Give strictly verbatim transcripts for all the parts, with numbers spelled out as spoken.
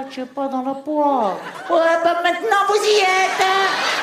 je sais pas, dans la poire. Ouais, bah maintenant vous y êtes, hein.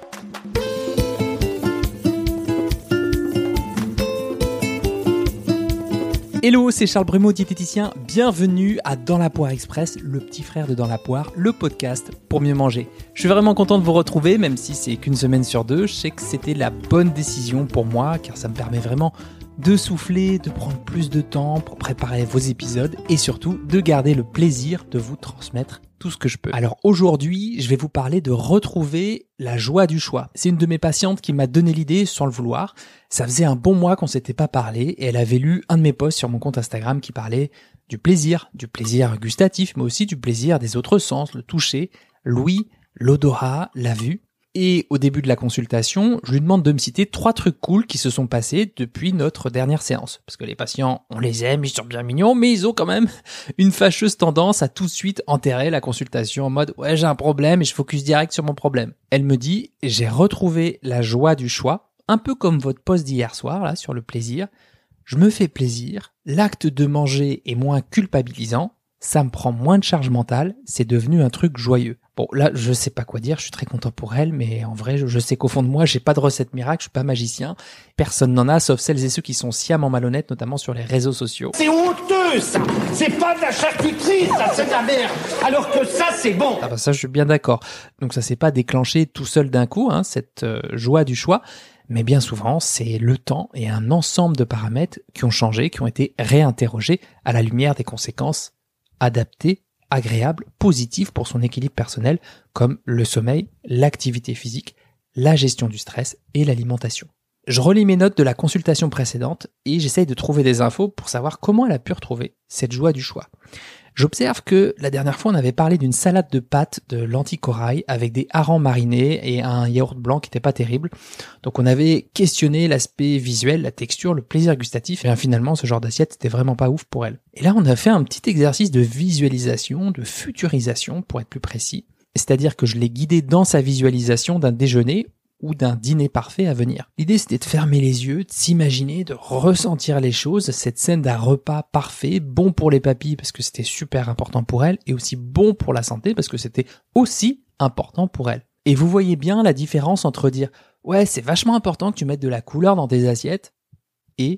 Hello, c'est Charles Brumeau, diététicien. Bienvenue à Dans la Poire Express, le petit frère de Dans la Poire, le podcast pour mieux manger. Je suis vraiment content de vous retrouver, même si c'est qu'une semaine sur deux. Je sais que c'était la bonne décision pour moi, car ça me permet vraiment de souffler, de prendre plus de temps pour préparer vos épisodes et surtout de garder le plaisir de vous transmettre tout ce que je peux. Alors aujourd'hui, je vais vous parler de retrouver la joie du choix. C'est une de mes patientes qui m'a donné l'idée sans le vouloir. Ça faisait un bon mois qu'on s'était pas parlé et elle avait lu un de mes posts sur mon compte Instagram qui parlait du plaisir, du plaisir gustatif, mais aussi du plaisir des autres sens, le toucher, l'ouïe, l'odorat, la vue. Et au début de la consultation, je lui demande de me citer trois trucs cool qui se sont passés depuis notre dernière séance. Parce que les patients, on les aime, ils sont bien mignons, mais ils ont quand même une fâcheuse tendance à tout de suite enterrer la consultation en mode « ouais, j'ai un problème et je focus direct sur mon problème ». Elle me dit « j'ai retrouvé la joie du choix, un peu comme votre post d'hier soir là sur le plaisir. Je me fais plaisir, l'acte de manger est moins culpabilisant, ça me prend moins de charge mentale, c'est devenu un truc joyeux ». Bon, là, je sais pas quoi dire, je suis très content pour elle, mais en vrai, je, je sais qu'au fond de moi, j'ai pas de recette miracle, je suis pas magicien. Personne n'en a, sauf celles et ceux qui sont sciemment malhonnêtes, notamment sur les réseaux sociaux. C'est honteux, ça! C'est pas de la charcuterie, ça, c'est de la merde! Alors que ça, c'est bon! Ah bah ça, je suis bien d'accord. Donc ça s'est pas déclenché tout seul d'un coup, hein, cette euh, joie du choix. Mais bien souvent, c'est le temps et un ensemble de paramètres qui ont changé, qui ont été réinterrogés à la lumière des conséquences adaptées, agréable, positif pour son équilibre personnel, comme le sommeil, l'activité physique, la gestion du stress et l'alimentation. Je relis mes notes de la consultation précédente et j'essaye de trouver des infos pour savoir comment elle a pu retrouver cette joie du choix. J'observe que la dernière fois, on avait parlé d'une salade de pâtes de lentilles corail avec des harengs marinés et un yaourt blanc qui n'était pas terrible. Donc on avait questionné l'aspect visuel, la texture, le plaisir gustatif et bien, finalement ce genre d'assiette c'était vraiment pas ouf pour elle. Et là on a fait un petit exercice de visualisation, de futurisation pour être plus précis. C'est-à-dire que je l'ai guidée dans sa visualisation d'un déjeuner ou d'un dîner parfait à venir. L'idée c'était de fermer les yeux, de s'imaginer, de ressentir les choses, cette scène d'un repas parfait, bon pour les papilles parce que c'était super important pour elle, et aussi bon pour la santé parce que c'était aussi important pour elle. Et vous voyez bien la différence entre dire « ouais, c'est vachement important que tu mettes de la couleur dans tes assiettes » et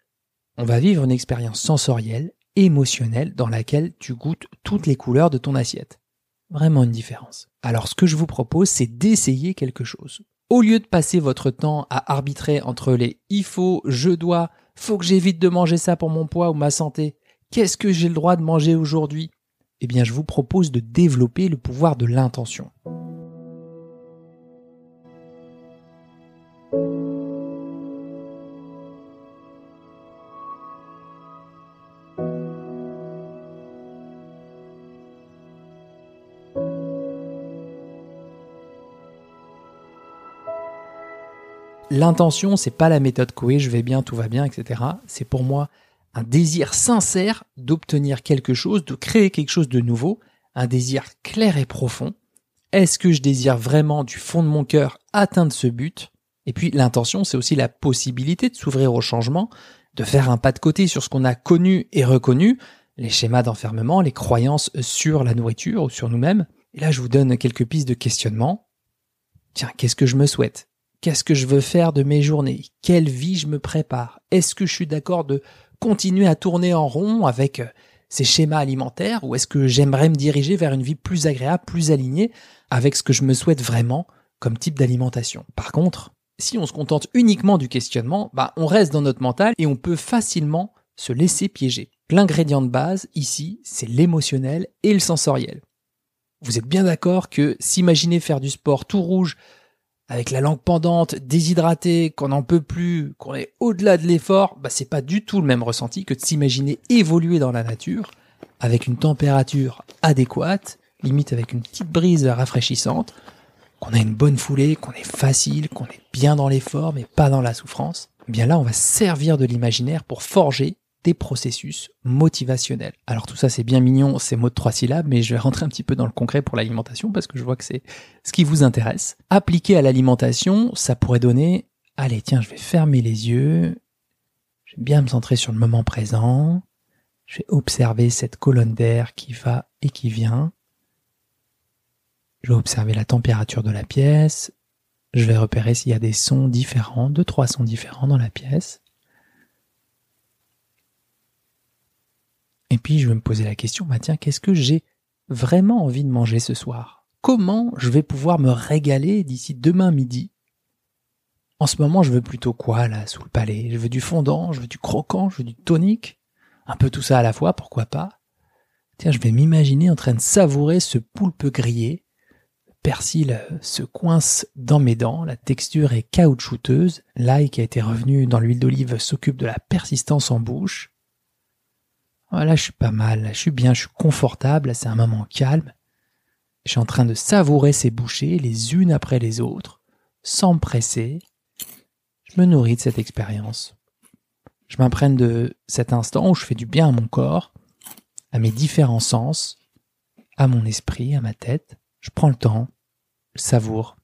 « on va vivre une expérience sensorielle, émotionnelle dans laquelle tu goûtes toutes les couleurs de ton assiette ». Vraiment une différence. Alors ce que je vous propose, c'est d'essayer quelque chose. Au lieu de passer votre temps à arbitrer entre les « il faut »,« je dois »,« faut que j'évite de manger ça pour mon poids ou ma santé »,« qu'est-ce que j'ai le droit de manger aujourd'hui ?» Eh bien, je vous propose de développer le pouvoir de l'intention. L'intention, c'est pas la méthode Coué, je vais bien, tout va bien, et cetera. C'est pour moi un désir sincère d'obtenir quelque chose, de créer quelque chose de nouveau, un désir clair et profond. Est-ce que je désire vraiment du fond de mon cœur atteindre ce but ? Et puis l'intention, c'est aussi la possibilité de s'ouvrir au changement, de faire un pas de côté sur ce qu'on a connu et reconnu, les schémas d'enfermement, les croyances sur la nourriture ou sur nous-mêmes. Et là, je vous donne quelques pistes de questionnement. Tiens, qu'est-ce que je me souhaite ? Qu'est-ce que je veux faire de mes journées ? Quelle vie je me prépare ? Est-ce que je suis d'accord de continuer à tourner en rond avec ces schémas alimentaires ou est-ce que j'aimerais me diriger vers une vie plus agréable, plus alignée avec ce que je me souhaite vraiment comme type d'alimentation ? Par contre, si on se contente uniquement du questionnement, bah on reste dans notre mental et on peut facilement se laisser piéger. L'ingrédient de base ici, c'est l'émotionnel et le sensoriel. Vous êtes bien d'accord que s'imaginer faire du sport tout rouge, avec la langue pendante, déshydraté, qu'on n'en peut plus, qu'on est au-delà de l'effort, bah c'est pas du tout le même ressenti que de s'imaginer évoluer dans la nature avec une température adéquate, limite avec une petite brise rafraîchissante, qu'on a une bonne foulée, qu'on est facile, qu'on est bien dans l'effort mais pas dans la souffrance. Eh bien là, on va servir de l'imaginaire pour forger des processus motivationnels. Alors tout ça c'est bien mignon, ces mots de trois syllabes, mais je vais rentrer un petit peu dans le concret pour l'alimentation parce que je vois que c'est ce qui vous intéresse. Appliquer à l'alimentation, ça pourrait donner, allez tiens, je vais fermer les yeux, je vais bien me centrer sur le moment présent, je vais observer cette colonne d'air qui va et qui vient, Je vais observer la température de la pièce. Je vais repérer s'il y a des sons différents, deux, trois sons différents dans la pièce. Et puis je vais me poser la question, bah tiens, qu'est-ce que j'ai vraiment envie de manger ce soir ? Comment je vais pouvoir me régaler d'ici demain midi ? En ce moment, je veux plutôt quoi là, sous le palais ? Je veux du fondant, je veux du croquant, je veux du tonique. Un peu tout ça à la fois, pourquoi pas ? Tiens, je vais m'imaginer en train de savourer ce poulpe grillé. Le persil se coince dans mes dents, la texture est caoutchouteuse. L'ail qui a été revenu dans l'huile d'olive s'occupe de la persistance en bouche. Voilà, je suis pas mal, je suis bien, je suis confortable, c'est un moment calme. Je suis en train de savourer ces bouchées, les unes après les autres, sans me presser. Je me nourris de cette expérience. Je m'imprègne de cet instant où je fais du bien à mon corps, à mes différents sens, à mon esprit, à ma tête. Je prends le temps, je savoure.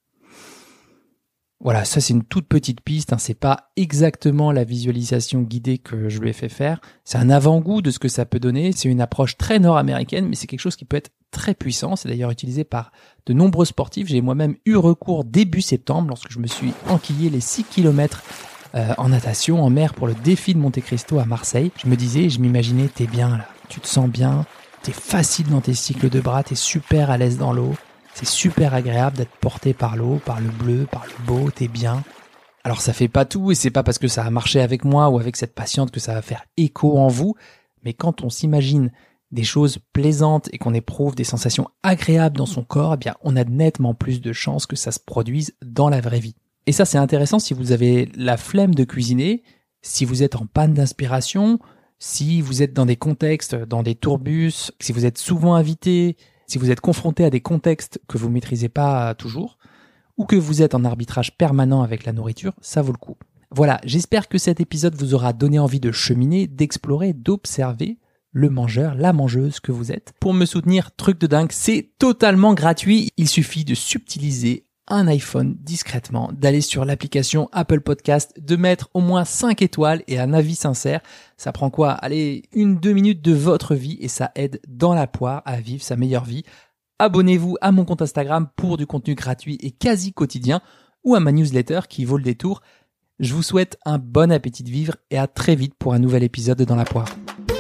Voilà, ça c'est une toute petite piste, hein. C'est pas exactement la visualisation guidée que je lui ai fait faire. C'est un avant-goût de ce que ça peut donner. C'est une approche très nord-américaine, mais c'est quelque chose qui peut être très puissant. C'est d'ailleurs utilisé par de nombreux sportifs. J'ai moi-même eu recours début septembre lorsque je me suis enquillé les six kilomètres euh, en natation en mer pour le défi de Monte Cristo à Marseille. Je me disais, je m'imaginais, t'es bien là, tu te sens bien, t'es facile dans tes cycles de bras, t'es super à l'aise dans l'eau. C'est super agréable d'être porté par l'eau, par le bleu, par le beau, t'es bien. Alors ça fait pas tout et c'est pas parce que ça a marché avec moi ou avec cette patiente que ça va faire écho en vous, mais quand on s'imagine des choses plaisantes et qu'on éprouve des sensations agréables dans son corps, eh bien on a nettement plus de chances que ça se produise dans la vraie vie. Et ça c'est intéressant si vous avez la flemme de cuisiner, si vous êtes en panne d'inspiration, si vous êtes dans des contextes, dans des tourbus, si vous êtes souvent invité, si vous êtes confronté à des contextes que vous ne maîtrisez pas toujours, ou que vous êtes en arbitrage permanent avec la nourriture, ça vaut le coup. Voilà, j'espère que cet épisode vous aura donné envie de cheminer, d'explorer, d'observer le mangeur, la mangeuse que vous êtes. Pour me soutenir, truc de dingue, c'est totalement gratuit. Il suffit de subtiliser un iPhone discrètement, d'aller sur l'application Apple Podcast, de mettre au moins cinq étoiles et un avis sincère. Ça prend quoi ? Allez, une, deux minutes de votre vie et ça aide dans la poire à vivre sa meilleure vie. Abonnez-vous à mon compte Instagram pour du contenu gratuit et quasi quotidien ou à ma newsletter qui vaut le détour. Je vous souhaite un bon appétit de vivre et à très vite pour un nouvel épisode de Dans la poire.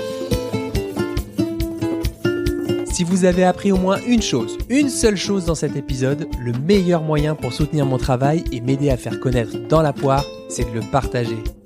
Si vous avez appris au moins une chose, une seule chose dans cet épisode, le meilleur moyen pour soutenir mon travail et m'aider à faire connaître Dans la poire, c'est de le partager.